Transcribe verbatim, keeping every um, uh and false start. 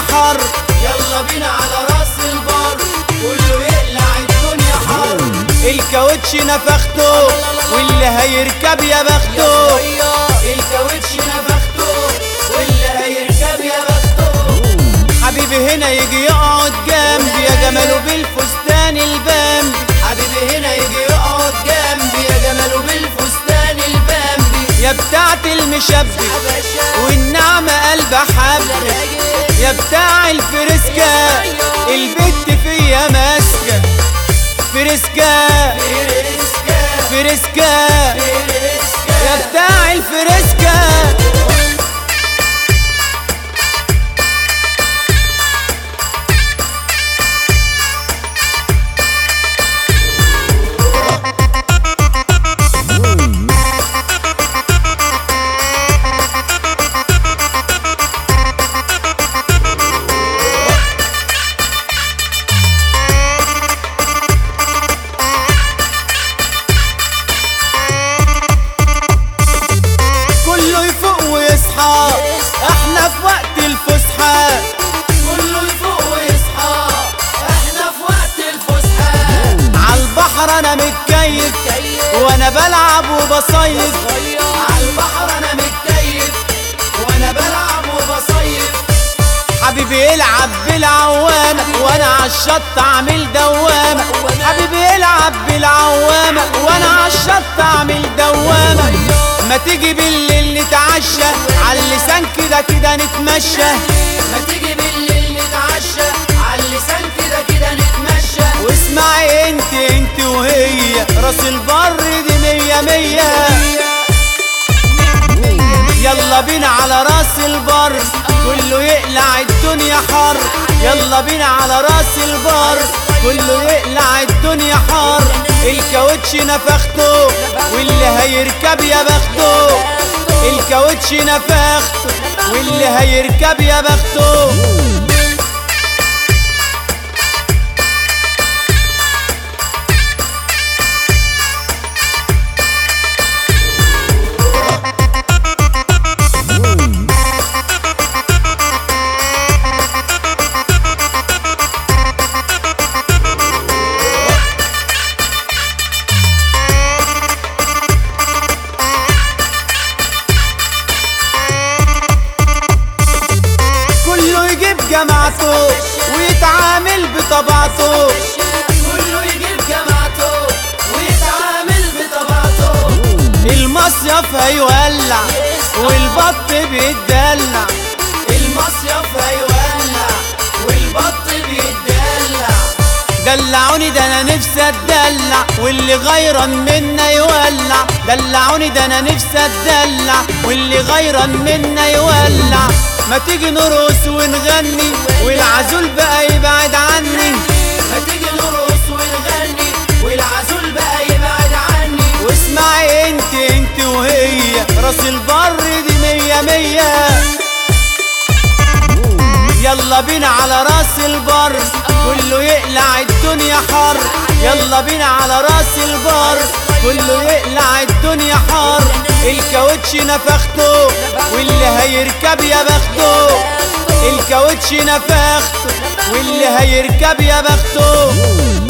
حر. يلا بينا على راس البر كله يقلع الدنيا حر. الكاوتش نفخته واللي هيركب يا بخته. الكاوتش نفخته واللي هيركب يا بخته. حبيبي هنا يجي يقعد جنبي يا جماله بالفستان البامبي. حبيبي هنا يجي يقعد جنبي يا جماله بالفستان البامبي. يا بتاعت المشبك والنعمة قلب حبك. يا بتاع الفريسكا البت فيا ماسكة. فريسكا فريسكا يا بتاع الفريسكا. احنا في وقت الفسحة. كله يفوق ويصحى احنا في وقت الفسحة. عالبحر انا متكيف وانا بلعب وبصيف. عالبحر انا متكيف وانا بلعب وبصيف. حبيبي يلعب بالعوامة وانا عالشط اعمل دوامة. حبيبي يلعب بالعوامة وانا عالشط اعمل دوامة. ما تيجي بالليل نتعشى عاللسان كده كده نتمشى. ما تيجي بالليل نتعشى عاللسان كده كده نتمشى. واسمعي انت انت وهي راس البر دي مية مية. يلا بينا على راس البر كله يقلع الدنيا حر. يلا بينا على راس البر كله يقلع الدنيا حر. الكاوتش نفخته واللي هيركب يا بخته. الكاوتش نفخته واللي هيركب يا بخته. جماعته ويتعامل بطبعته. كله يجيب جماعته ويتعامل بطبعته. المصيف هيولع والبط بيتدلع. المصيف هيولع والبط بيتدلع. دلعوني ده انا نفسي اتدلع واللي غيران منا يولع. دلعوني ده انا نفسي اتدلع واللي غيران منا يولع. ما تيجي نرقص ونغني والعزول بقى يبعد عني. ما تيجي نرقص ونغني والعزول بقى يبعد عني. واسمعي انت انت وهي راس البر دي مية مية. يلا بينا على راس البر كله يقلع الدنيا حر. يلا بينا على راس البر كله يقلع الدنيا حر. الكاوتش نفخته واللي هيركب يا بخته. الكاوتش نفخته واللي هيركب يا بخته.